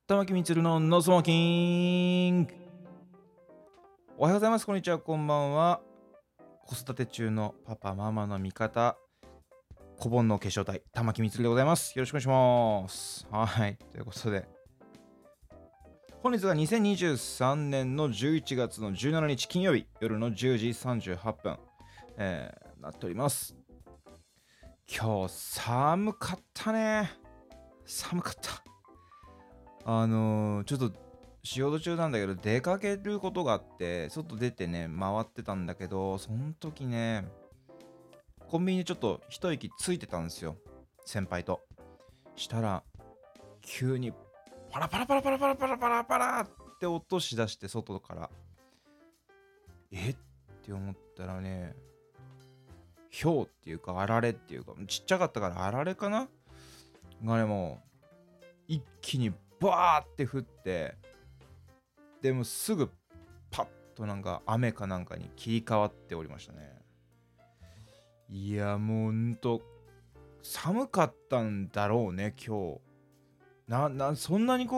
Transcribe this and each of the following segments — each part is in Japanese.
玉木みつるのノースモーキング。おはようございます。こんにちは。こんばんは。子育て中のパパママの味方、小盆の化粧体玉木みつるでございます。よろしくお願いします。はい、ということで本日が2023年の11月の17日金曜日夜の10時38分、なっております。今日寒かったね。寒かった。ちょっと仕事中なんだけど出かけることがあって外出てね回ってたんだけど、その時ねコンビニでちょっと一息ついてたんですよ、先輩と。したら急にパラパラパラパラパラパラパラパラって音しだして、外からって思ったらね、氷っていうかあられっていうか、ちっちゃかったからあられかながね、もう一気にバーって降って、でもすぐパッとなんか雨かなんかに切り替わっておりましたね。いやもう寒かったんだろうね今日。そんなに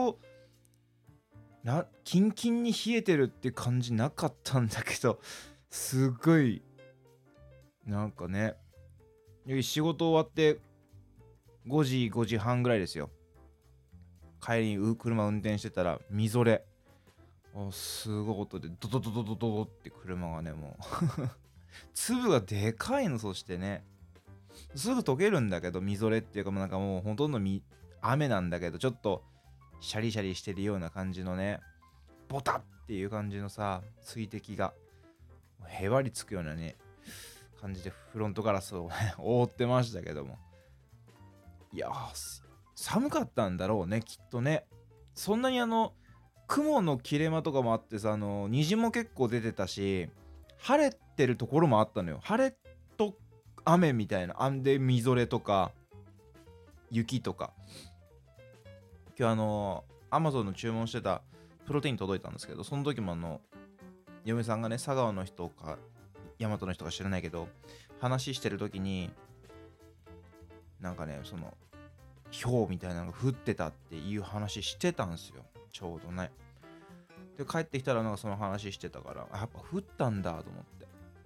キンキンに冷えてるって感じなかったんだけど、すごいなんかね、仕事終わって5時半ぐらいですよ。帰りに車運転してたらみぞれ、すごい音でドドドドドドドって車がね、もう粒がでかいの。そしてね、すぐ溶けるんだけど、みぞれっていうか、なんかもうほとんど雨なんだけど、ちょっとシャリシャリしてるような感じのね、ボタっていう感じのさ、水滴がへばりつくようなね感じでフロントガラスを覆ってましたけども、いや寒かったんだろうねきっとね。そんなに雲の切れ間とかもあってさ、虹も結構出てたし、晴れてるところもあったのよ。晴れと雨みたいな、でみぞれとか雪とか。今日アマゾンの注文してたプロテイン届いたんですけど、その時も嫁さんがね、佐川の人か大和の人か知らないけど話してる時に、なんかね、その氷みたいなのが降ってたっていう話してたんですよ、ちょうどね。で帰ってきたらなんかその話してたから、やっぱ降ったんだと思って。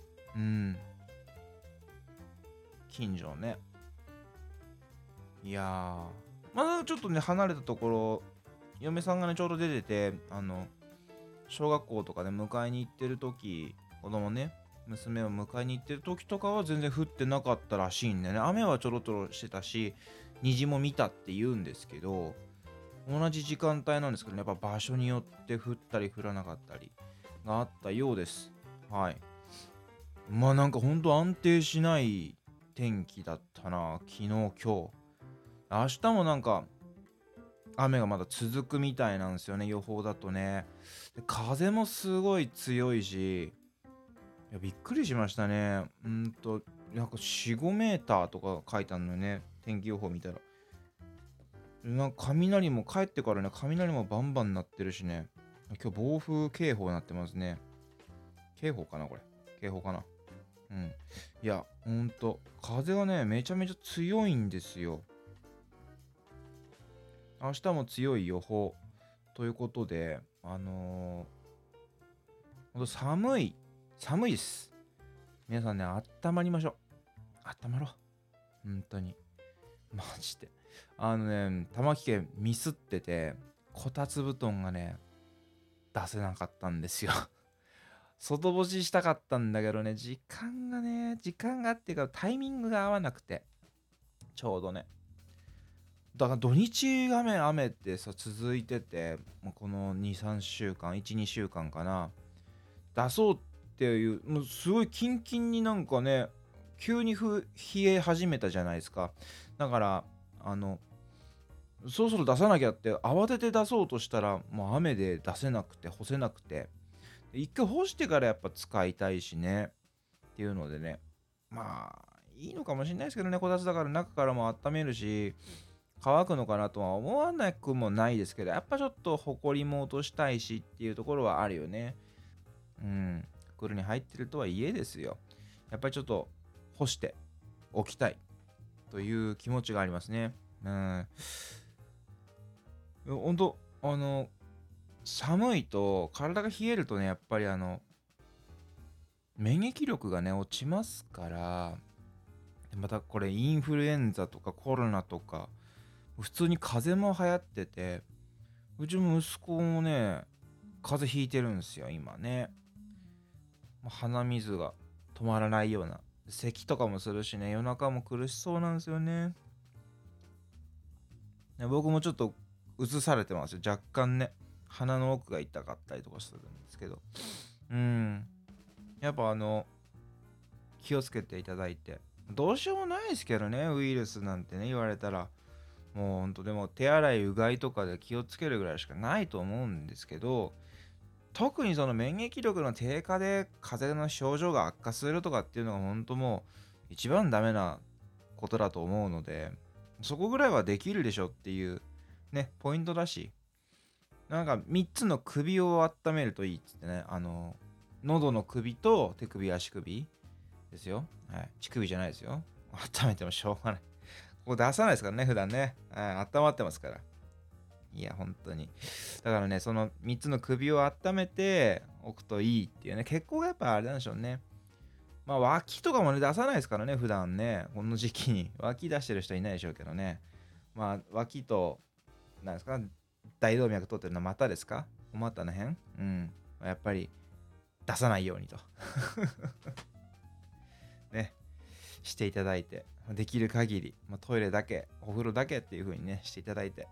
近所ね。いやー、まだちょっとね離れたところ、嫁さんがねちょうど出てて、小学校とかで迎えに行ってる時、子供ね、娘を迎えに行ってる時とかは全然降ってなかったらしいんでね。雨はちょろちょろしてたし、虹も見たって言うんですけど、同じ時間帯なんですけどね、やっぱ場所によって降ったり降らなかったりがあったようです。はい。まあなんかほんと安定しない天気だったな、昨日、今日。明日もなんか雨がまだ続くみたいなんですよね、予報だとね。で風もすごい強いし、いやびっくりしましたね。なんか4、5メーターとか書いてあるのよね、天気予報見たら。なんか雷も帰ってからね、雷もバンバン鳴ってるしね。今日暴風警報なってますね。警報かなこれ。警報かな。うん。いや、ほんと、風がね、めちゃめちゃ強いんですよ。明日も強い予報ということで、ほんと寒いです。皆さんね、あったまりましょう。あったまろう。本当に。マジで。玉木家ミスってて、こたつ布団がね、出せなかったんですよ。外干ししたかったんだけどね、時間がっていうかタイミングが合わなくて、ちょうどね。だから土日雨ってさ続いてて、もうこの2、3週間、1、2週間かな、出そうっていう、もうすごいキンキンになんかね、急に冷え始めたじゃないですか。だから、そろそろ出さなきゃって慌てて出そうとしたら、もう雨で出せなくて、干せなくて、一回干してからやっぱ使いたいしね、っていうのでね、まあ、いいのかもしれないですけどね、こたつだから中からも温めるし、乾くのかなとは思わなくもないですけど、やっぱちょっとホコリも落としたいしっていうところはあるよね。袋に入ってるとはいえですよ。やっぱりちょっと干しておきたいという気持ちがありますね。ほんと、 あの寒いと体が冷えるとね、やっぱり免疫力がね落ちますから。またこれインフルエンザとかコロナとか普通に風邪も流行ってて、うちも息子もね風邪ひいてるんですよ今ね。鼻水が止まらないような、咳とかもするしね、夜中も苦しそうなんですよね。僕もちょっとうつされてますよ、若干ね。鼻の奥が痛かったりとかするんですけど、やっぱ気をつけていただいて。どうしようもないですけどね、ウイルスなんてね言われたら。もうほんと、でも手洗いうがいとかで気をつけるぐらいしかないと思うんですけど、特にその免疫力の低下で風邪の症状が悪化するとかっていうのが本当もう一番ダメなことだと思うので、そこぐらいはできるでしょっていうね、ポイントだし、なんか3つの首を温めるといいっつってね、喉の首と手首足首ですよ。はい。乳首じゃないですよ。温めてもしょうがない。ここ出さないですからね、普段ね。はい。温まってますから。いや、本当に。だからね、その3つの首を温めておくといいっていうね、血行がやっぱあれなんでしょうね。まあ、脇とかもね、出さないですからね、普段ね。この時期に。脇出してる人いないでしょうけどね。まあ、脇と、なんですか、大動脈取ってるのは股ですか？お股の辺やっぱり出さないようにと。ね。していただいて。できる限り、トイレだけ、お風呂だけっていう風にね、していただいて。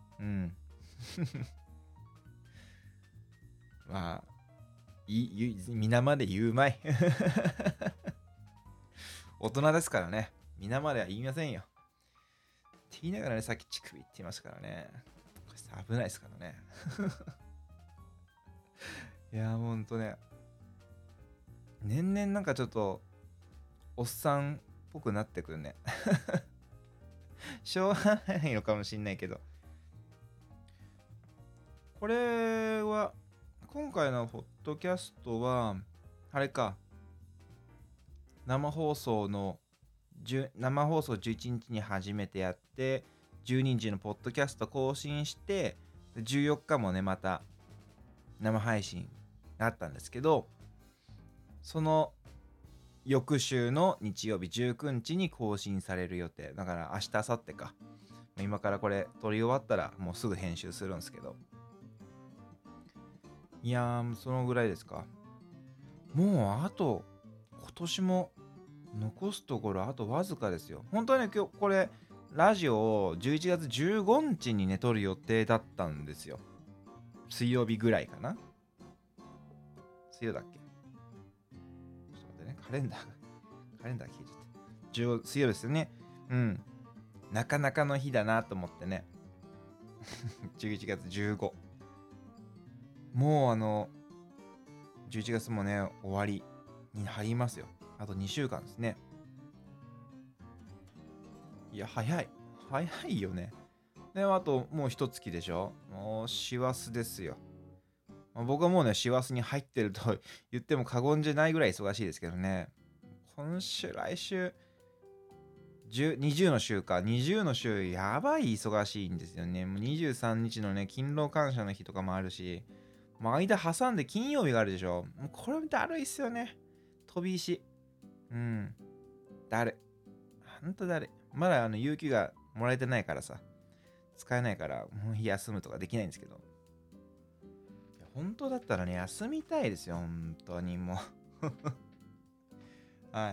まあ、皆まで言うまい。大人ですからね。皆までは言いませんよ。って言いながらね、さっき乳首って言いましたからね。これ危ないですからね。いや、ほんとね。年々なんかちょっと、おっさんっぽくなってくるね。しょうがないのかもしんないけど。これは、今回のポッドキャストは、あれか、生放送11日に初めてやって、12日のポッドキャスト更新して、14日もね、また生配信があったんですけど、その翌週の日曜日19日に更新される予定。だから明日、明後日か。今からこれ撮り終わったらもうすぐ編集するんですけど。いやー、そのぐらいですか。もうあと、今年も残すところあとわずかですよ。本当はね、今日これ、ラジオを11月15日にね、撮る予定だったんですよ。水曜日ぐらいかな。水曜だっけ？ちょっと待ってね、カレンダー消えちゃった。水曜日ですよね。なかなかの日だなと思ってね。11月15。もう11月もね、終わりに入りますよ。あと2週間ですね。いや、早い。早いよね。で、あともう一月でしょ。もう師走ですよ。僕はもうね、師走に入ってると言っても過言じゃないぐらい忙しいですけどね。今週、来週、20の週か。20の週、やばい忙しいんですよね。もう23日のね、勤労感謝の日とかもあるし、もう間挟んで金曜日があるでしょ。もうこれだるいっすよね。飛び石。だるい。ほんとだるい。まだ有給がもらえてないからさ。使えないから、もう休むとかできないんですけど。本当だったらね、休みたいですよ。本当にもう。はい。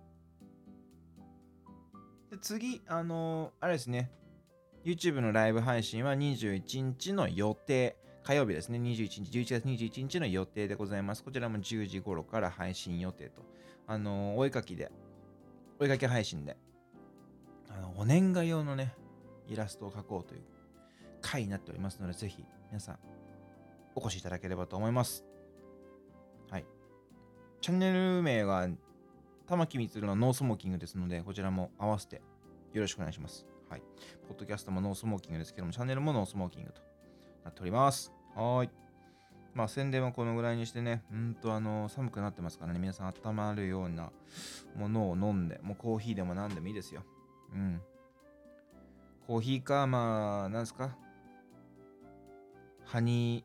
で、次、あれですね。YouTube のライブ配信は21日の予定。火曜日ですね。21日、11月21日の予定でございます。こちらも10時頃から配信予定と。お絵かき配信で、お年賀用のね、イラストを描こうという回になっておりますので、ぜひ皆さんお越しいただければと思います。はい。チャンネル名が玉木充のノースモーキングですので、こちらも合わせてよろしくお願いします。はい。ポッドキャストもノースモーキングですけども、チャンネルもノースモーキングとなっております。はい。まあ宣伝はこのぐらいにしてね、寒くなってますからね、皆さん温まるようなものを飲んで、もうコーヒーでも何でもいいですよ。コーヒーか、なんですか、 ハニ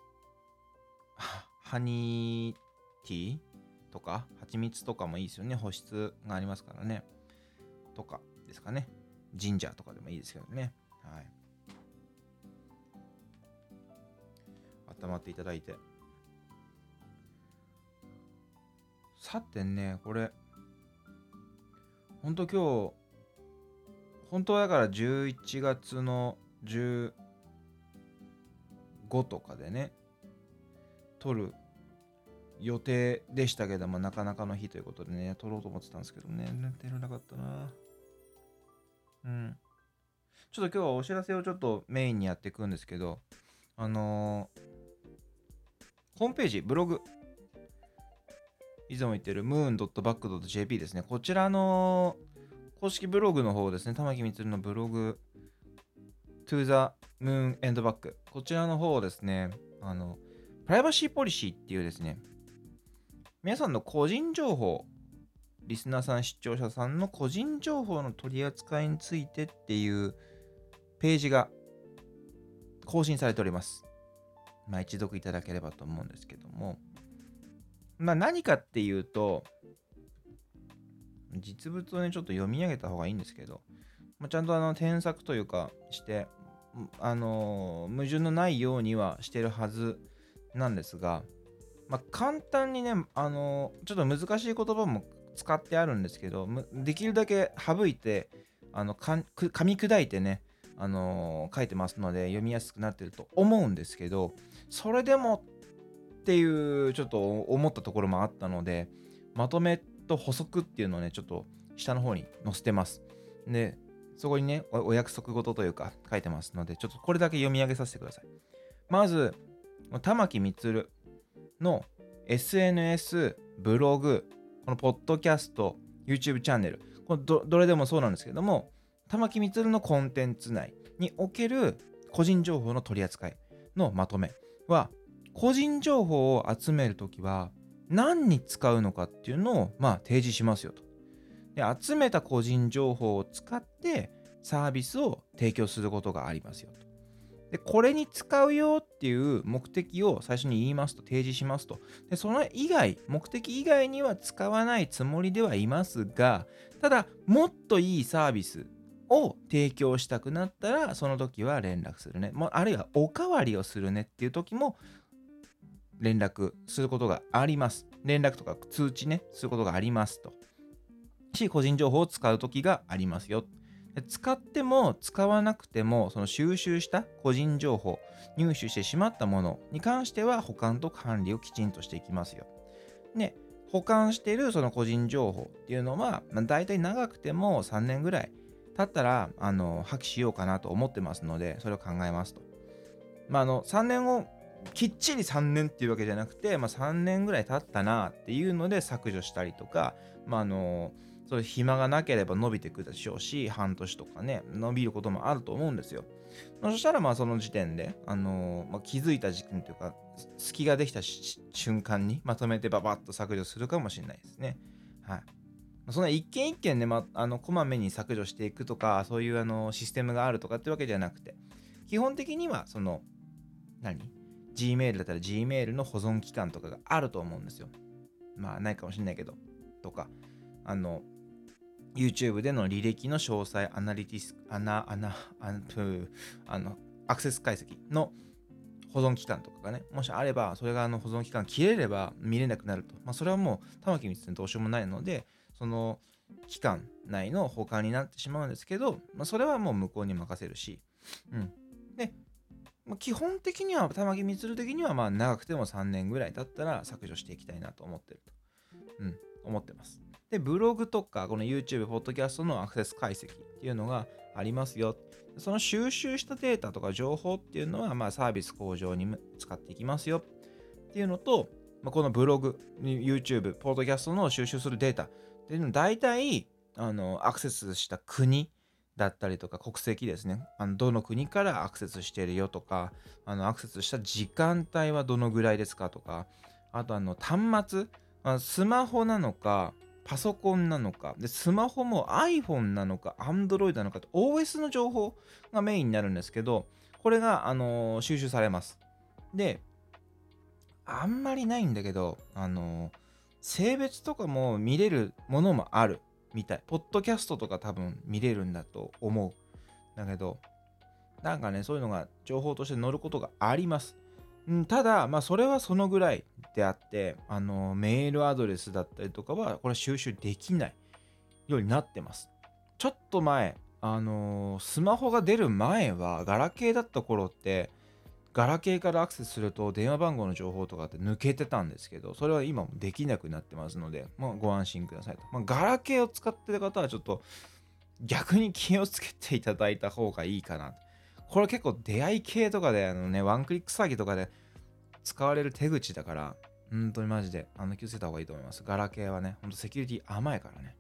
ーティーとか蜂蜜とかもいいですよね。保湿がありますからね。とかですかね。ジンジャーとかでもいいですけどね。はい。温まっていただいて。さてね、これ本当はだから11月の15とかでね撮る予定でしたけども、なかなかの日ということでね、撮ろうと思ってたんですけどね、出れなかったな。ちょっと今日はお知らせをちょっとメインにやっていくんですけど、ホームページ、ブログ、いつも言ってる moon.back.jp ですね。こちらの公式ブログの方ですね、玉木充のブログ、To the Moon and Back。こちらの方をですね、プライバシーポリシーっていうですね、皆さんの個人情報、リスナーさん、視聴者さんの個人情報の取り扱いについてっていうページが更新されております。一読いただければと思うんですけども、何かっていうと、実物をね、ちょっと読み上げた方がいいんですけど、ちゃんと添削というかして、矛盾のないようにはしてるはずなんですが、簡単にね、ちょっと難しい言葉も使ってあるんですけど、できるだけ省いて、噛み砕いてね、書いてますので、読みやすくなってると思うんですけど、それでもっていうちょっと思ったところもあったので、まとめと補足っていうのをね、ちょっと下の方に載せてます。で、そこにね、お約束事というか書いてますので、ちょっとこれだけ読み上げさせてください。まず、玉木充の SNS、ブログ、このポッドキャスト、YouTube チャンネル、このどれでもそうなんですけども、玉木充のコンテンツ内における個人情報の取り扱いのまとめは、個人情報を集めるときは何に使うのかっていうのを提示しますよと。で、集めた個人情報を使ってサービスを提供することがありますよと。で、これに使うよっていう目的を最初に言いますと、提示しますと。で、その以外、目的以外には使わないつもりではいますが、ただ、もっといいサービスを提供したくなったら、その時は連絡するね。あるいはおかわりをするねっていう時も連絡することがあります。連絡とか通知ね、することがありますと。個人情報を使う時がありますよ。使っても使わなくても、その収集した個人情報、入手してしまったものに関しては保管と管理をきちんとしていきますよ。で、保管しているその個人情報っていうのは、だいたい長くても3年ぐらい経ったら破棄しようかなと思ってますので、それを考えますと。3年をきっちり3年っていうわけじゃなくて、3年ぐらい経ったなっていうので削除したりとか、それ暇がなければ伸びていくでしょうし、半年とかね、伸びることもあると思うんですよ。そしたらその時点で、気づいた時点というか、隙ができた瞬間にまとめてババッと削除するかもしれないですね。はい。そんな一件一件ね、こまめに削除していくとか、そういうシステムがあるとかってわけじゃなくて、基本的にはGmail だったら Gmail の保存期間とかがあると思うんですよ。ないかもしれないけど。とか、YouTube での履歴の詳細、アクセス解析の保存期間とかがね、もしあれば、それが保存期間切れれば見れなくなると。それはもう、玉木光にどうしようもないので、その期間内の保管になってしまうんですけど、それはもう向こうに任せるし、で、基本的には、玉木充的には、長くても3年ぐらい経ったら削除していきたいなと思ってると。思ってます。で、ブログとか、この YouTube、ポッドキャストのアクセス解析っていうのがありますよ。その収集したデータとか情報っていうのは、サービス向上に使っていきますよっていうのと、このブログ、YouTube、ポッドキャストの収集するデータっていうのは、大体、アクセスした国だったりとか、国籍ですね。どの国からアクセスしてるよとか、アクセスした時間帯はどのぐらいですかとか、あと端末、スマホなのか、パソコンなのか、で、スマホも iPhone なのか、Android なのか、OS の情報がメインになるんですけど、これが、収集されます。 で、あんまりないんだけど、性別とかも見れるものもあるみたい。ポッドキャストとか多分見れるんだと思う。だけど、なんかね、そういうのが情報として載ることがあります。ただ、まあ、それはそのぐらいであって、メールアドレスだったりとかは、これ収集できないようになってます。ちょっと前、スマホが出る前は、ガラケーだった頃って、ガラケーからアクセスすると電話番号の情報とかって抜けてたんですけど、それは今もできなくなってますので、まあ、ご安心くださいと。まあ、ガラケーを使ってる方はちょっと逆に気をつけていただいた方がいいかな。これ結構出会い系とかでワンクリック詐欺とかで使われる手口だから、本当にマジで気をつけた方がいいと思います。ガラケーはね、ほんとセキュリティ甘いからね。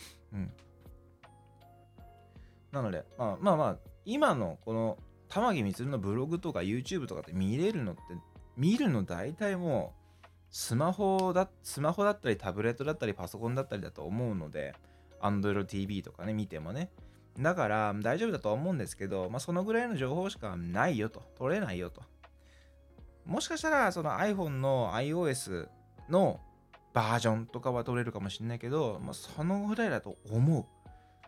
なので、まあ、今のこの玉木充のブログとか YouTube とかって見れるのって、見るの大体もうスマホだったりタブレットだったりパソコンだったりだと思うので、Android TV とかね、見てもね。だから大丈夫だとは思うんですけど、まあそのぐらいの情報しかないよと、取れないよと。もしかしたらその iPhone の iOS のバージョンとかは取れるかもしれないけど、まあそのぐらいだと思う。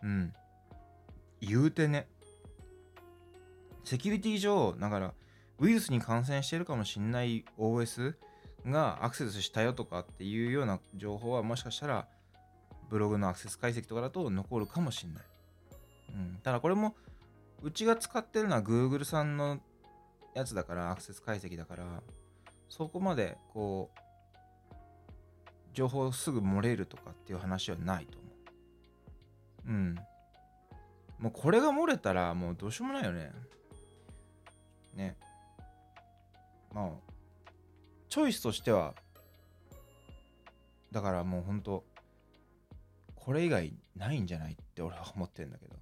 言うてね、セキュリティ上、だからウイルスに感染しているかもしれない OS がアクセスしたよとかっていうような情報はもしかしたらブログのアクセス解析とかだと残るかもしれない。ただこれもうちが使ってるのは Google さんのやつだから、アクセス解析だから、そこまでこう情報すぐ漏れるとかっていう話はないと思う。もうこれが漏れたらもうどうしようもないよね。ね。まあ、チョイスとしては、だからもうほんと、これ以外ないんじゃないって俺は思ってるんだけど。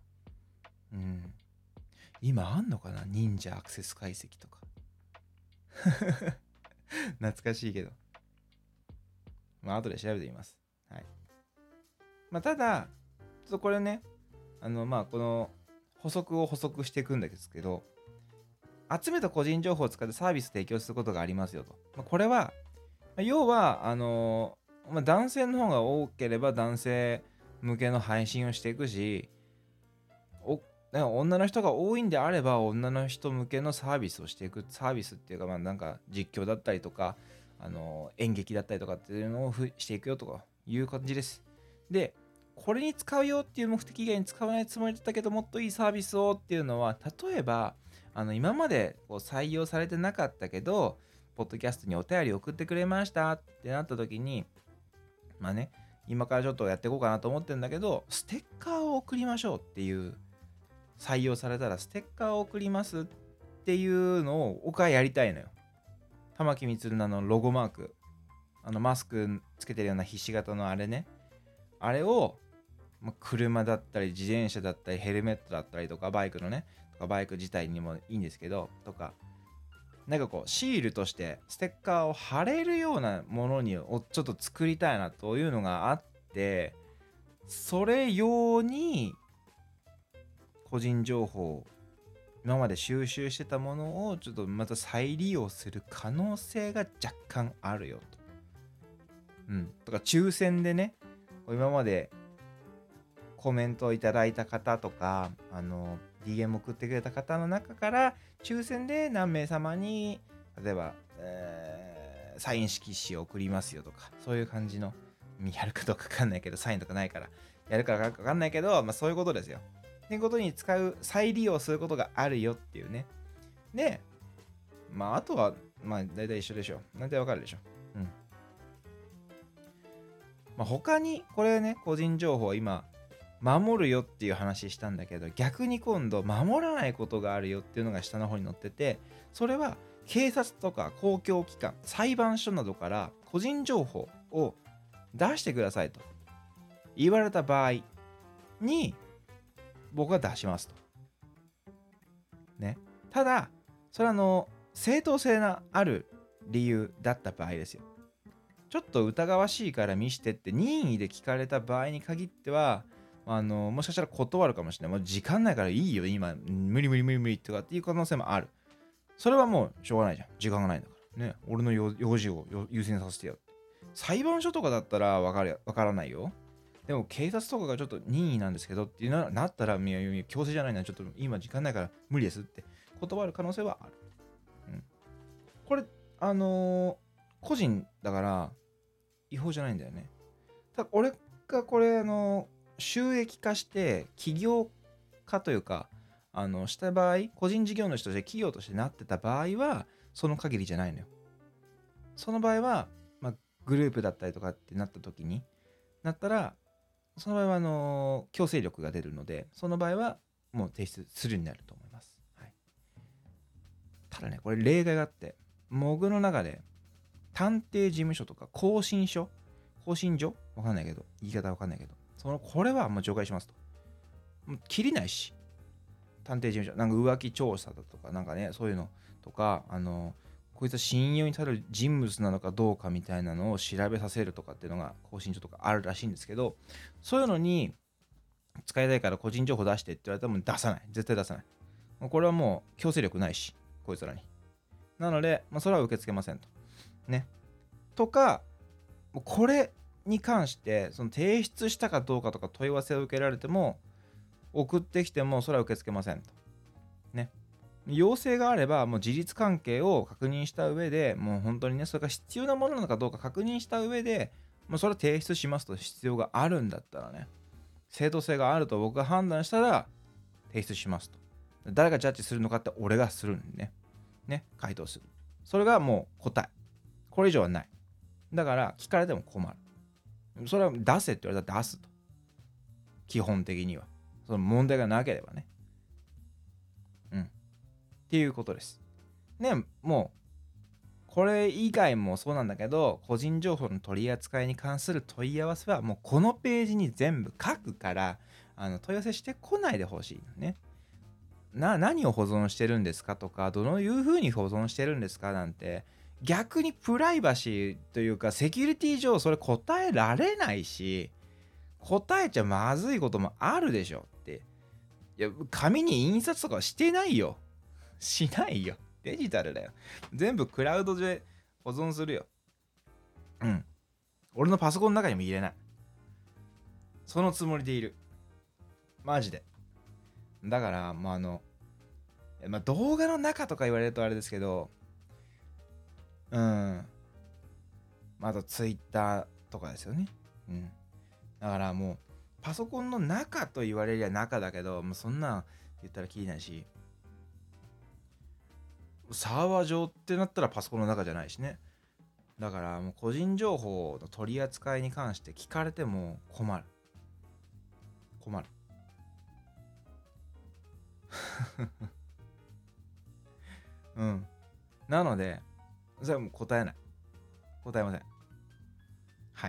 今あんのかな、忍者アクセス解析とか。懐かしいけど。まあ、後で調べてみます。はい。まあ、ただ、ちょっとこれね、まあ、この補足していくんですけど、集めた個人情報を使ってサービス提供することがありますよと。まあ、これは、要は、男性の方が多ければ男性向けの配信をしていくし、女の人が多いんであれば女の人向けのサービスをしていく。サービスっていうか、まあなんか実況だったりとか、演劇だったりとかっていうのをしていくよとかいう感じです。で、これに使うよっていう目的以外に使わないつもりだったけど、もっといいサービスをっていうのは、例えば、今までこう採用されてなかったけど、ポッドキャストにお便り送ってくれましたってなった時に、まあね、今からちょっとやっていこうかなと思ってるんだけど、ステッカーを送りましょうっていう、採用されたらステッカーを送りますっていうのを僕はやりたいのよ。玉木充のロゴマーク、マスクつけてるようなひし形のあれね、あれを、車だったり自転車だったりヘルメットだったりとかバイクのね、とかバイク自体にもいいんですけど、とかなんかこうシールとしてステッカーを貼れるようなものをちょっと作りたいなというのがあって、それ用に個人情報、今まで収集してたものをちょっとまた再利用する可能性が若干あるよと。とか抽選でね、今までコメントをいただいた方とか、DM 送ってくれた方の中から抽選で何名様に例えば、サイン色紙を送りますよとか、そういう感じの、やるかどうか分かんないけど、サインとかないからやるか分かんないけど、まあそういうことですよ。っていうことに使う、再利用することがあるよっていうね。で、まああとは、まあ大体一緒でしょ。大体わかるでしょ。まあ他に、これね、個人情報今、守るよっていう話したんだけど、逆に今度守らないことがあるよっていうのが下の方に載ってて、それは警察とか公共機関、裁判所などから個人情報を出してくださいと言われた場合に僕は出しますと。ね。ただ、それは正当性のある理由だった場合ですよ。ちょっと疑わしいから見してって任意で聞かれた場合に限っては、もしかしたら断るかもしれない。もう時間ないからいいよ、今、無理とかっていう可能性もある。それはもうしょうがないじゃん。時間がないんだかね、俺の用事を優先させてよ。裁判所とかだったらわからないよ。でも警察とかがちょっと任意なんですけどっていうなったら、強制じゃないな、ちょっと今時間ないから無理ですって断る可能性はある。うん、これ、個人だから違法じゃないんだよね。ただ俺がこれ、収益化して起業家というか、した場合、個人事業主として企業としてなってた場合は、その限りじゃないのよ。その場合は、グループだったりとかってなった時になったら、その場合は強制力が出るので、その場合はもう提出するようになると思います。はい、ただね、これ例外があって、僕の中で探偵事務所とか更新所わかんないけど、言い方わかんないけど、これはもう除外しますと。もう切りないし、探偵事務所、なんか浮気調査だとか、なんかね、そういうのとか、こいつは信用に足る人物なのかどうかみたいなのを調べさせるとかっていうのが更新所とかあるらしいんですけど、そういうのに使いたいから個人情報出してって言われたらもう出さない。絶対出さない。これはもう強制力ないし、こいつらに。なので、それは受け付けませんと。ね。とか、これに関して、その提出したかどうかとか問い合わせを受けられても、送ってきてもそれは受け付けませんと。ね。要請があれば、もう事実関係を確認した上で、もう本当にね、それが必要なものなのかどうか確認した上で、もうそれは提出しますと必要があるんだったらね、正当性があると僕が判断したら、提出しますと。誰がジャッジするのかって俺がするんでね。ね、回答する。それがもう答え。これ以上はない。だから聞かれても困る。それは出せって言われたら出すと。基本的には。その問題がなければね。っていうことです。ね、もう、これ以外もそうなんだけど、個人情報の取り扱いに関する問い合わせは、もうこのページに全部書くから、問い合わせしてこないでほしいのね。何を保存してるんですかとか、どのいう風に保存してるんですかなんて、逆にプライバシーというか、セキュリティ上それ答えられないし、答えちゃまずいこともあるでしょって。いや、紙に印刷とかはしてないよ。しないよ。デジタルだよ。全部クラウドで保存するよ。うん。俺のパソコンの中にも入れない。そのつもりでいる。マジで。だから、動画の中とか言われるとあれですけど、あとツイッターとかですよね。だからもう、パソコンの中と言われりゃ中だけど、もうそんなん言ったらきりないし、サーバー上ってなったらパソコンの中じゃないしね。だからもう個人情報の取り扱いに関して聞かれても困る。うん。なので、それはもう答えない。答えません。はい。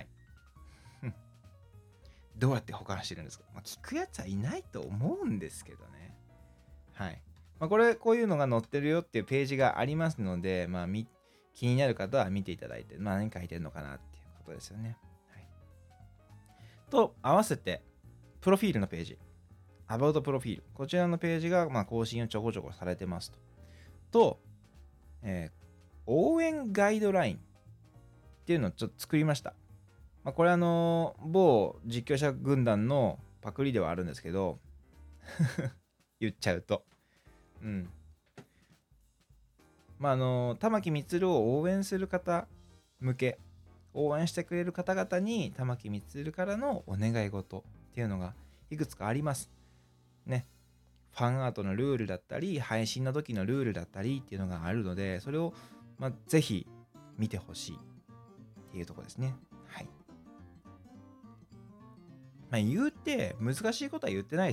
どうやって保管してるんですか？聞くやつはいないと思うんですけどね。はい。こういうのが載ってるよっていうページがありますので、気になる方は見ていただいて、何書いてるのかなっていうことですよね。はい。と、合わせて、プロフィールのページ。About プロフィール。こちらのページが、更新をちょこちょこされてますと。応援ガイドラインっていうのをちょっと作りました。これ某実況者軍団のパクリではあるんですけど言っちゃうと。玉木充を応援する方向け、応援してくれる方々に玉木充からのお願い事っていうのがいくつかありますね。ファンアートのルールだったり、配信の時のルールだったりっていうのがあるので、それをぜひ見てほしいっていうところですね。はい。言うて難しいことは言ってないです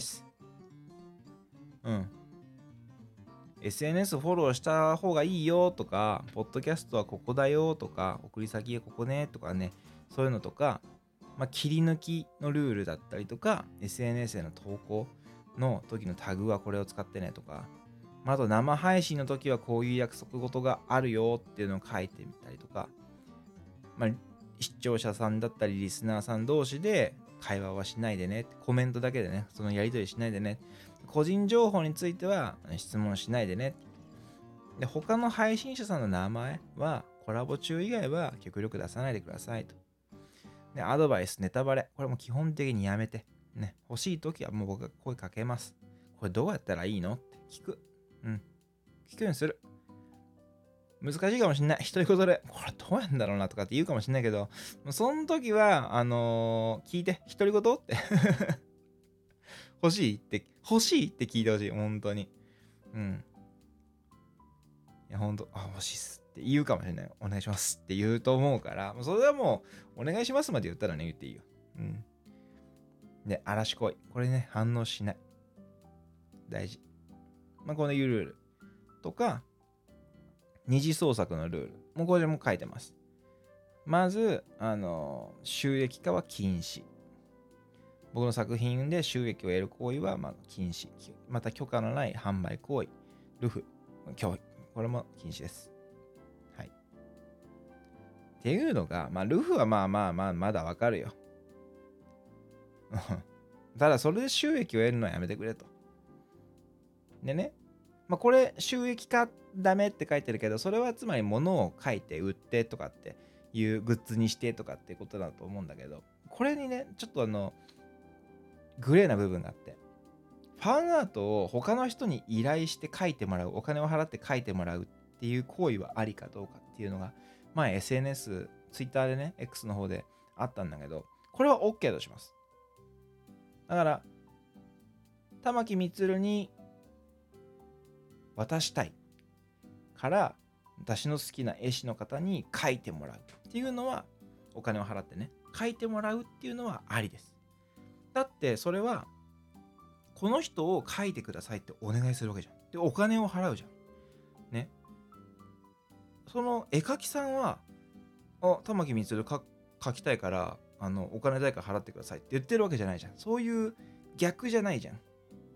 。SNS フォローした方がいいよとか、ポッドキャストはここだよとか、送り先はここねとかね、そういうのとか、切り抜きのルールだったりとか、SNS への投稿の時のタグはこれを使ってねとか、あと生配信の時はこういう約束事があるよっていうのを書いてみたりとか、視聴者さんだったりリスナーさん同士で会話はしないでね、コメントだけでね、そのやり取りしないでね、個人情報については質問しないでね。 で、他の配信者さんの名前はコラボ中以外は極力出さないでくださいと。で、アドバイス、ネタバレ、これも基本的にやめて。ね、欲しいときはもう僕が声かけます。これどうやったらいいのって聞く。聞くようにする。難しいかもしんない。独り言で、これどうやんだろうなとかって言うかもしんないけど、その時は、聞いて、独り言って欲しいって聞いてほしい。本当に。いや、本当、欲しいっすって言うかもしれない。お願いしますって言うと思うから、それはもう、お願いしますまで言ったらね、言っていいよ。で、嵐恋。これね、反応しない。大事。このいうルールとか、二次創作のルール。もうこれも書いてます。まず、収益化は禁止。僕の作品で収益を得る行為は禁止。また許可のない販売行為。ルフ、脅威。これも禁止です。はい。っていうのが、ルフはまだわかるよ。ただ、それで収益を得るのはやめてくれと。でね、これ収益化ダメって書いてるけど、それはつまり物を書いて売ってとかっていうグッズにしてとかってことだと思うんだけど、これにね、ちょっとグレーな部分があって、ファンアートを他の人に依頼して書いてもらう、お金を払って書いてもらうっていう行為はありかどうかっていうのが、SNS、Twitter でね、X の方であったんだけど、これは OK とします。だから、玉木充に渡したいから私の好きな絵師の方に描いてもらうっていうのはお金を払ってね描いてもらうっていうのはありです。だってそれはこの人を描いてくださいってお願いするわけじゃん。でお金を払うじゃんね。その絵描きさんは玉木充描きたいからお金代から払ってくださいって言ってるわけじゃないじゃん。そういう逆じゃないじゃん。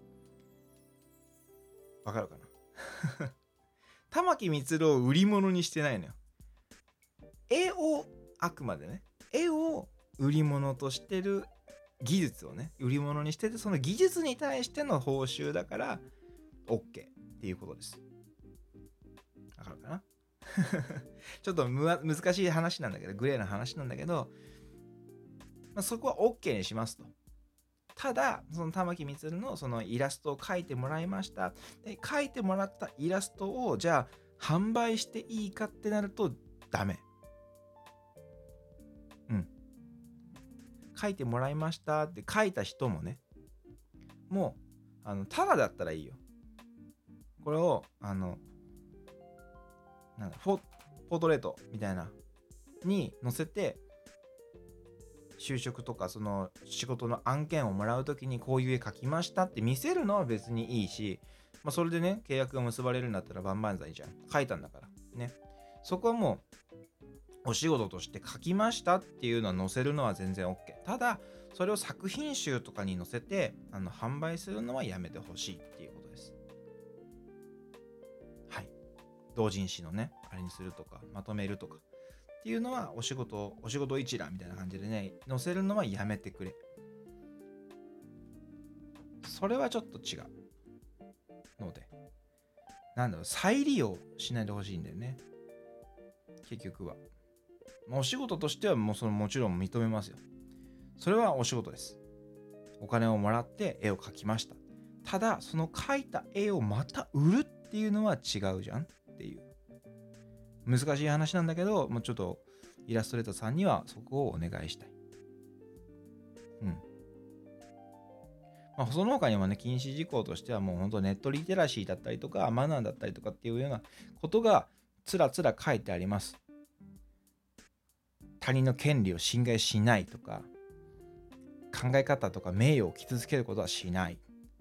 わかるかな玉木充を売り物にしてないのよ。絵をあくまでね、絵を売り物としてる技術をね、売り物にしてて、その技術に対しての報酬だから OK っていうことです。わかるかなちょっと難しい話なんだけど、グレーな話なんだけど、そこは OK にしますと。ただ、その玉木充のそのイラストを描いてもらいました。で、描いてもらったイラストを、じゃあ、販売していいかってなると、ダメ。書いてもらいましたって書いた人もね、もうただだったらいいよ。これをポートレートみたいなに載せて、就職とかその仕事の案件をもらうときにこういう絵描きましたって見せるのは別にいいし、それでね契約が結ばれるんだったら万々歳じゃん。書いたんだからね。そこはもうお仕事として書きましたっていうのは載せるのは全然 OK。ただそれを作品集とかに載せて販売するのはやめてほしいっていうことです。はい。同人誌のねあれにするとかまとめるとかっていうのはお仕事一覧みたいな感じでね載せるのはやめてくれ。それはちょっと違うので、再利用しないでほしいんだよね。結局はお仕事としてはもちろん認めますよ。それはお仕事です。お金をもらって絵を描きました。ただその描いた絵をまた売るっていうのは違うじゃんっていう難しい話なんだけど、もうちょっとイラストレーターさんにはそこをお願いしたい。その他にもね、禁止事項としてはもう本当ネットリテラシーだったりとか、マナーだったりとかっていうようなことがつらつら書いてあります。他人の権利を侵害しないとか、考え方とか名誉を傷つけることはしない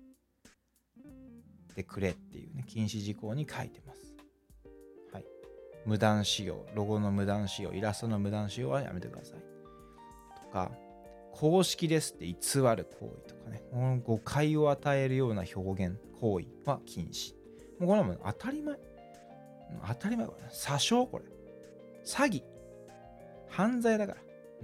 でくれっていうね、禁止事項に書いてます。はい。無断使用、ロゴの無断使用、イラストの無断使用はやめてください。とか、公式ですって偽る行為とかね、誤解を与えるような表現、行為は禁止。もうこれはもう当たり前。当たり前。詐称これ。詐欺。犯罪だから。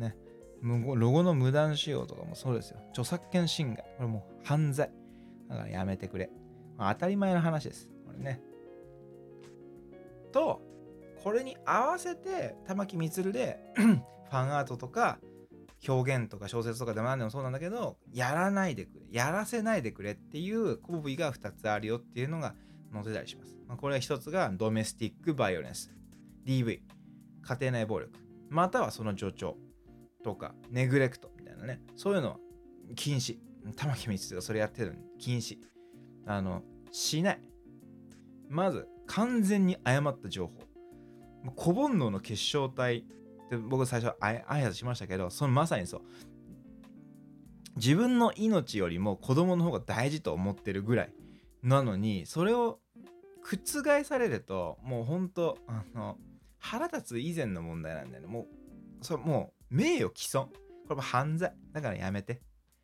ね。ロゴの無断使用とかもそうですよ。著作権侵害。これもう犯罪。だからやめてくれ。当たり前の話です。これね。 と、これに合わせて玉木充でファンアートとか表現とか小説とかでも何でもそうなんだけど、やらないでくれ、やらせないでくれっていう行為が2つあるよっていうのが載せたりします。これは1つがドメスティックバイオレンス、 DV、 家庭内暴力、またはその助長とかネグレクトみたいなね、そういうのは禁止。玉木充がそれやってるのに禁止。しない。まず完全に誤った情報、小煩悩の結晶体って僕最初挨拶しましたけど、そのまさにそう、自分の命よりも子供の方が大事と思ってるぐらいなのに、それを覆されるともうほんと腹立つ以前の問題なんだよね。もう名誉毀損、これも犯罪だからやめて。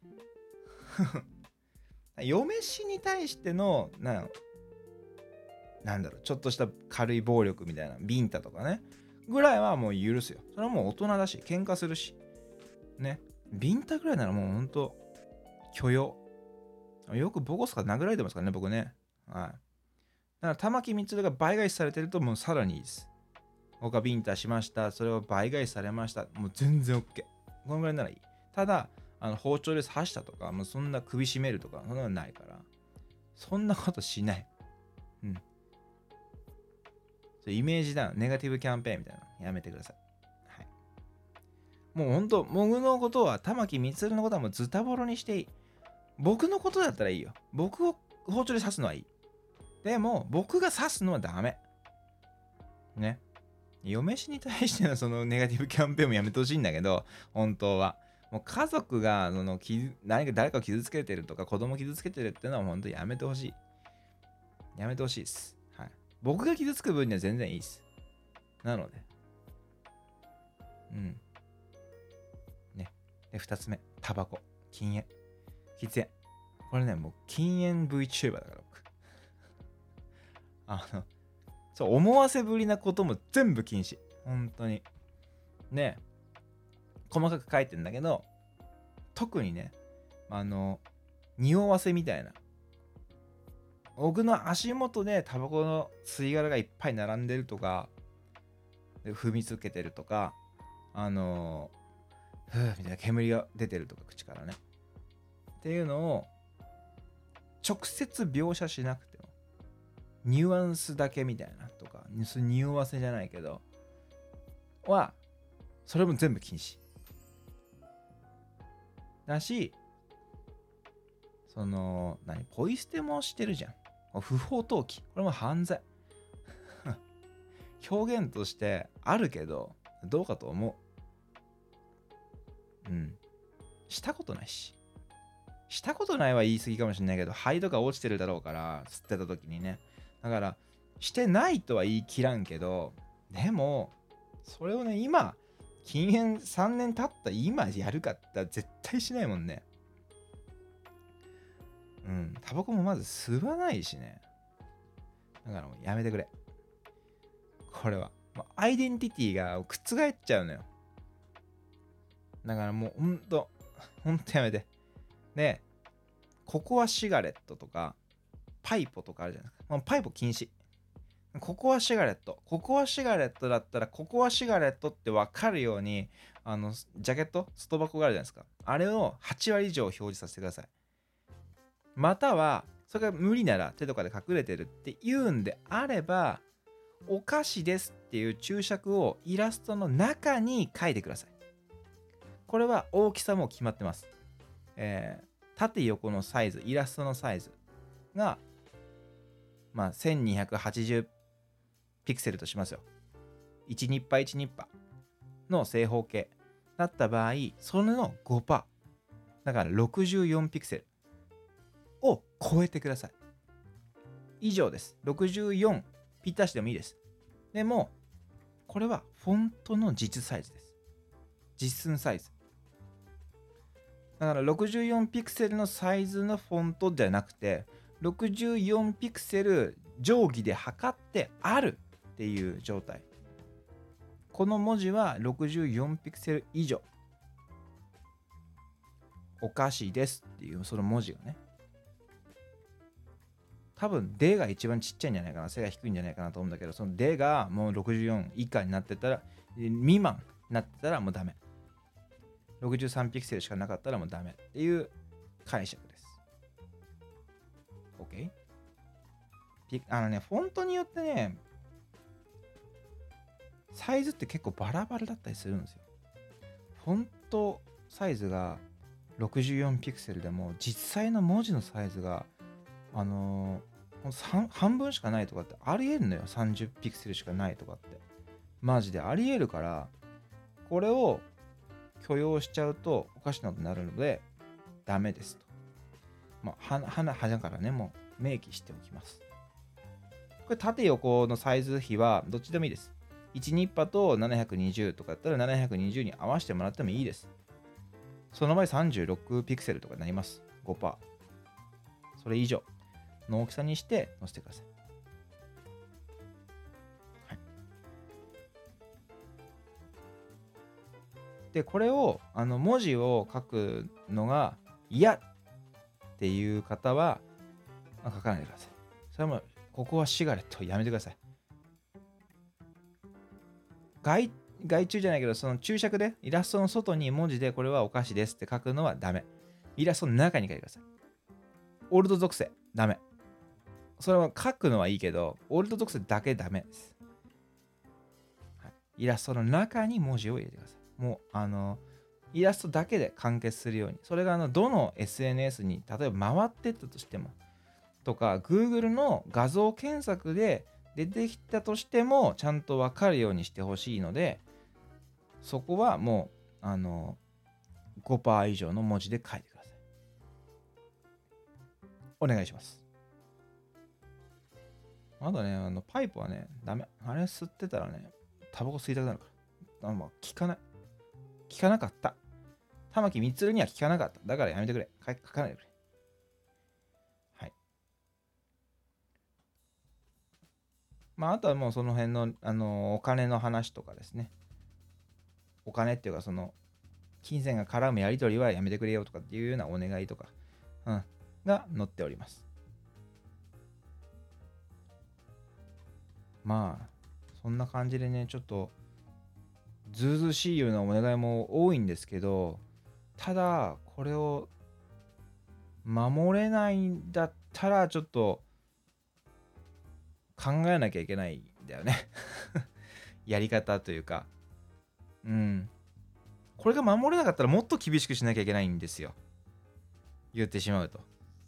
嫁氏に対してのなんだろう、ちょっとした軽い暴力みたいな、ビンタとかねぐらいはもう許すよ。それはもう大人だし、喧嘩するしね。ビンタぐらいならもうほんと許容。よくボコスか殴られてますからね、僕ね。はい。だから玉木充が倍返しされてるともうさらにいいです。僕はビンタしました、それを倍返しされました、もう全然 OK。 このぐらいならいい。ただ包丁で刺したとか、もうそんな首絞めるとかそんなのないから、そんなことしない。イメージダウン、ネガティブキャンペーンみたいなのやめてください。はい。もうほんと、僕のことは、玉木充のことはもうズタボロにしていい。僕のことだったらいいよ。僕を包丁で刺すのはいい。でも、僕が刺すのはダメ。ね。嫁氏に対してのそのネガティブキャンペーンもやめてほしいんだけど、本当は。もう家族が誰かを傷つけてるとか、子供傷つけてるっていうのは本当にやめてほしい。やめてほしいです。はい。僕が傷つく分には全然いいです。なので。ね。で、2つ目。タバコ。禁煙。喫煙。これね、もう禁煙 VTuber だから僕。そう、思わせぶりなことも全部禁止。本当に。ね。細かく書いてんだけど、特にね、匂わせみたいな。僕の足元でタバコの吸い殻がいっぱい並んでるとか、で踏みつけてるとか、ふーみたいな煙が出てるとか、口からね。っていうのを直接描写しなくても、ニュアンスだけみたいなとか、匂わせじゃないけど、それも全部禁止。だし、ポイ捨てもしてるじゃん。不法投棄。これも犯罪。表現としてあるけど、どうかと思う。したことないし。したことないは言い過ぎかもしれないけど、灰とか落ちてるだろうから、吸ってた時にね。だから、してないとは言い切らんけど、でも、それをね、今、禁煙3年経った今やるかって絶対しないもんね。タバコもまず吸わないしね。だからもうやめてくれ。これは。アイデンティティが覆っちゃうのよ。だからもうほんとやめて。で、ココアシガレットとか、パイポとかあるじゃないですか。もうパイポ禁止。ココアシガレット。ココアシガレットだったら、ココアシガレットって分かるように、ジャケット、スト箱があるじゃないですか。あれを8割以上表示させてください。または、それが無理なら手とかで隠れてるって言うんであれば、お菓子ですっていう注釈をイラストの中に書いてください。これは大きさも決まってます。縦横のサイズ、イラストのサイズが、1280ピクセルとしますよ。1ニッパ1ニッパの正方形だった場合、それの 5%。だから64ピクセルを超えてください。以上です。64ぴったしでもいいです。でも、これはフォントの実サイズです。実寸サイズ。だから64ピクセルのサイズのフォントではなくて、64ピクセル定規で測ってあるっていう状態。この文字は64ピクセル以上。おかしいですっていうその文字がね。 多分 D が一番ちっちゃいんじゃないかな、背が低いんじゃないかなと思うんだけど、その D がもう64以下になってたら、未満になってたらもうダメ。63ピクセルしかなかったらもうダメっていう解釈です。OK？ フォントによってね、サイズって結構バラバラだったりするんですよ。フォントサイズが64ピクセルでも実際の文字のサイズが半分しかないとかってありえるのよ。30ピクセルしかないとかってマジでありえるから、これを許容しちゃうとおかしなことになるのでダメですと。はだからね、もう明記しておきます。これ縦横のサイズ比はどっちでもいいです。1ニッパと720とかだったら720に合わせてもらってもいいです。その場合36ピクセルとかになります。5%。それ以上の大きさにして載せてください。はい、で、これを文字を書くのが嫌っていう方は書かないでください。それはもうここはシガレットをやめてください。外注じゃないけど、その注釈でイラストの外に文字でこれはお菓子ですって書くのはダメ。イラストの中に書いてください。オールド属性ダメ。それは書くのはいいけど、オールド属性だけダメです。はい、イラストの中に文字を入れてください。もうイラストだけで完結するように。それがどの SNS に例えば回ってったとしても、とか Google の画像検索で出てきたとしてもちゃんと分かるようにしてほしいので、そこはもう5% 以上の文字で書いてください。お願いします。あとね、パイプはね、ダメ。あれ吸ってたらね、タバコ吸いたくなるから。効かない。効かなかった。玉木充には効かなかった。だからやめてくれ。書かないでくれ。はい。あとはもうその辺の、お金の話とかですね。お金っていうか、金銭が絡むやり取りはやめてくれよとかっていうようなお願いとか、が載っております。そんな感じでね、ちょっとずうずうしいようなお願いも多いんですけど、ただこれを守れないんだったらちょっと考えなきゃいけないんだよねやり方というか、これが守れなかったらもっと厳しくしなきゃいけないんですよ。言ってしまうと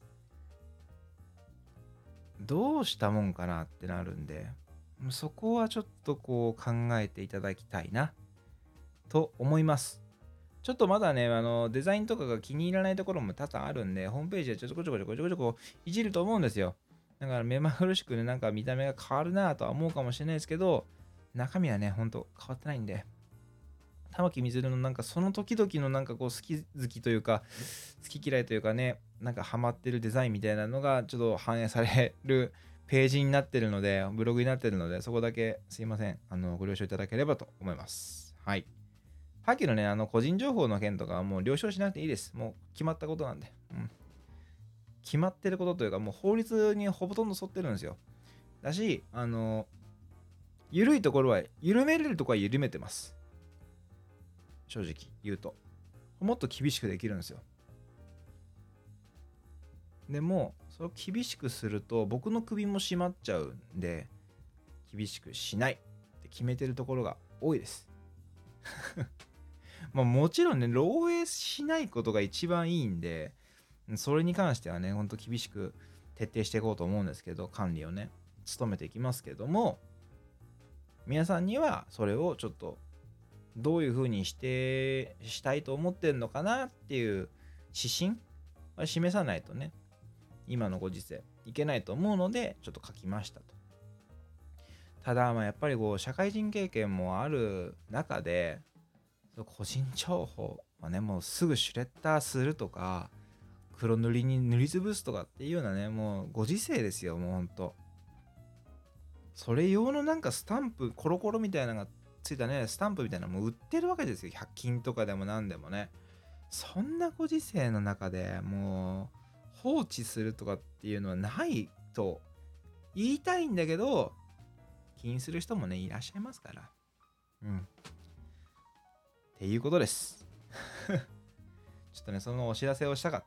どうしたもんかなってなるんで、そこはちょっとこう考えていただきたいなと思います。ちょっとまだね、デザインとかが気に入らないところも多々あるんで、ホームページでちょこちょこいじると思うんですよ。だから目まぐるしくね、なんか見た目が変わるなとは思うかもしれないですけど、中身はね、ほんと変わってないんで、玉木充のなんかその時々のなんかこう好き好きというか、好き嫌いというかね、なんかハマってるデザインみたいなのがちょっと反映されるページになってるので、ブログになってるので、そこだけすいません、ご了承いただければと思います。はい。さっきのね、個人情報の件とかはもう了承しなくていいです。もう決まったことなんで。決まってることというか、もう法律にほとんど沿ってるんですよ。だし、緩いところは、緩めれるところは緩めてます。正直言うと。もっと厳しくできるんですよ。でも、それを厳しくすると、僕の首も締まっちゃうんで、厳しくしないって決めてるところが多いです。もちろんね、漏洩しないことが一番いいんで、それに関してはね、ほんと厳しく徹底していこうと思うんですけど、管理をね、努めていきますけども、皆さんにはそれをちょっとどういう風にしたいと思ってんのかなっていう指針は示さないとね、今のご時世いけないと思うので、ちょっと書きましたと。ただ、やっぱりこう、社会人経験もある中で、個人情報はね、もうすぐシュレッダーするとか、黒塗りに塗りつぶすとかっていうようなね、もうご時世ですよ、もうほんと。それ用のなんかスタンプ、コロコロみたいなのがついたね、スタンプみたいなのも売ってるわけですよ。100均とかでも何でもね。そんなご時世の中でもう放置するとかっていうのはないと言いたいんだけど、気にする人もね、いらっしゃいますから。っていうことです。ちょっとね、そのお知らせをしたかった。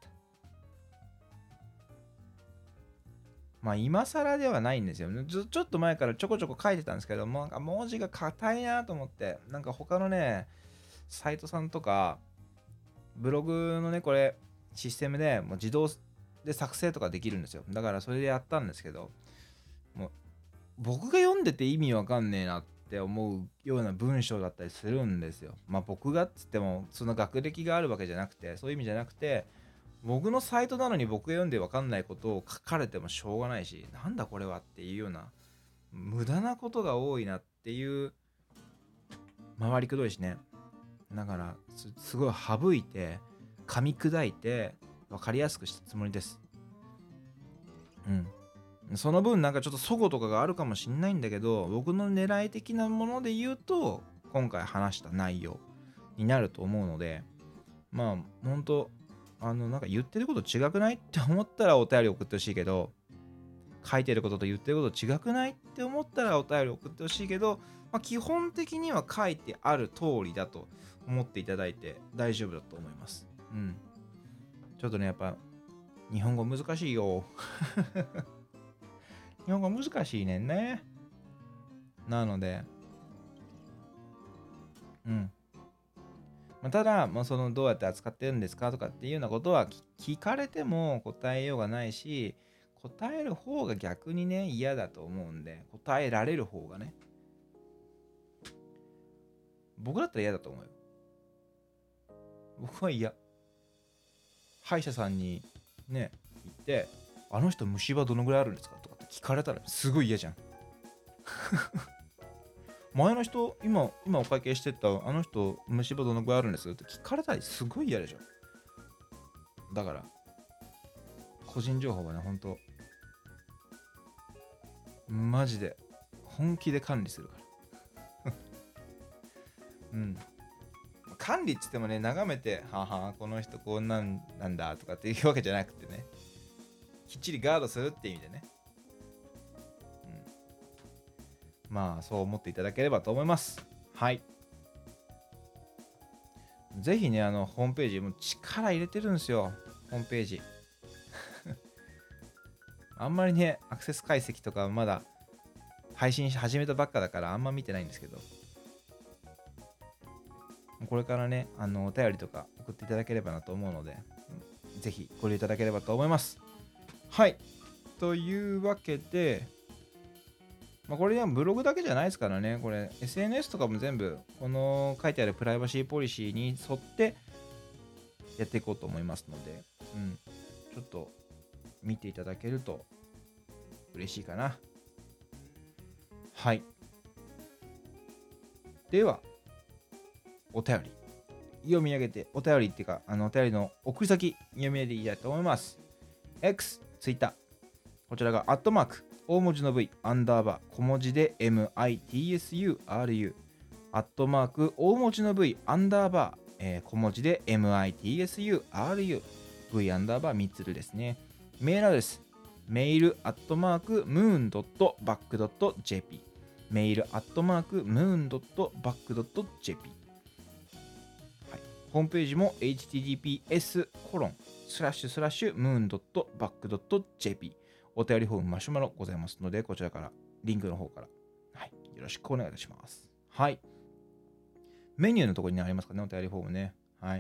まあ、今更ではないんですよ。ちょっと前からちょこちょこ書いてたんですけど、なんか文字が硬いなと思って、なんか他のね、サイトさんとか、ブログのね、これ、システムでもう自動で作成とかできるんですよ。だからそれでやったんですけど、もう僕が読んでて意味わかんねえなって思うような文章だったりするんですよ。まあ僕がっつっても、その学歴があるわけじゃなくて、そういう意味じゃなくて、僕のサイトなのに僕が読んで分かんないことを書かれてもしょうがないし、なんだこれはっていうような無駄なことが多いなっていう、回りくどいしね。だからすごい省いて噛み砕いて分かりやすくしたつもりです。その分なんかちょっと齟齬とかがあるかもしんないんだけど、僕の狙い的なもので言うと今回話した内容になると思うので、まあほんとなんか言ってること違くないって思ったらお便り送ってほしいけど、書いてることと言ってること違くないって思ったらお便り送ってほしいけど、まあ、基本的には書いてある通りだと思っていただいて大丈夫だと思います。ちょっとね、やっぱ日本語難しいよ。日本語難しいねんね。なので、ただ、そのどうやって扱ってるんですかとかっていうようなことは聞かれても答えようがないし、答える方が逆にね、嫌だと思うんで、答えられる方がね。僕だったら嫌だと思うよ。僕は嫌。歯医者さんにね、行って、あの人虫歯どのぐらいあるんですかとかって聞かれたらすごい嫌じゃん。前の人、今お会計してたあの人虫歯どのぐらいあるんですって聞かれたらすごい嫌でしょ。だから、個人情報はね、ほんと、マジで本気で管理するから。管理って言ってもね、眺めて、この人こんなんだとかっていうわけじゃなくてね、きっちりガードするっていう意味でね。まあ、そう思っていただければと思います。はい。ぜひね、ホームページ、もう力入れてるんですよ、ホームページ。あんまりね、アクセス解析とかまだ配信し始めたばっかだからあんま見てないんですけど、これからね、お便りとか送っていただければなと思うので、ぜひご利用いただければと思います。はい。というわけで、これはブログだけじゃないですからね、これ SNS とかも全部、この書いてあるプライバシーポリシーに沿ってやっていこうと思いますので、ちょっと見ていただけると嬉しいかな。はい。では、お便り読み上げて、お便りっていうか、お便りの送り先読み上げていきたいと思います。X、Twitter、こちらがアットマーク、大文字の V、アンダーバー、小文字で MITSURU、アットマーク、大文字の V、アンダーバー、小文字で MITSURU、V アンダーバー3つですね。メールアドレス、メールアットマーク、moon.back.jp、メールアットマーク、moon.back.jp、ホームページも https://moon.back.jp、 お便りフォームマシュマロございますので、こちらからリンクの方から、よろしくお願いいたします。はい。メニューのところにありますかね、お便りフォームね。はい。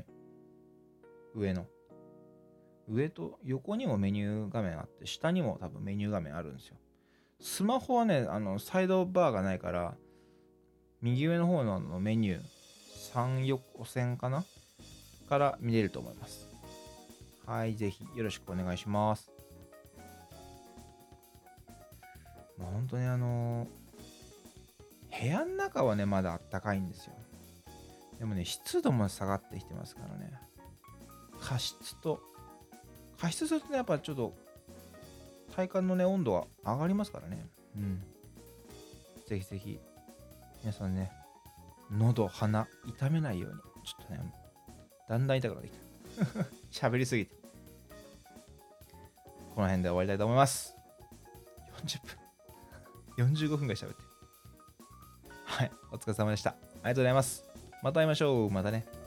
上と横にもメニュー画面あって、下にも多分メニュー画面あるんですよ。スマホはね、サイドバーがないから、右上の方のメニュー、3横線かなから見れると思います。はい、ぜひよろしくお願いします。本当に部屋の中はね、まだあったかいんですよ。でもね、湿度も下がってきてますからね。加湿するとね、やっぱちょっと体感のね、温度は上がりますからね。ぜひぜひ、皆さんね、喉、鼻、痛めないように、ちょっとね、だんだん痛くなってきた。喋りすぎて。この辺で終わりたいと思います。 40分。45分ぐらい喋ってる。はい。お疲れ様でした。ありがとうございます。また会いましょう。またね。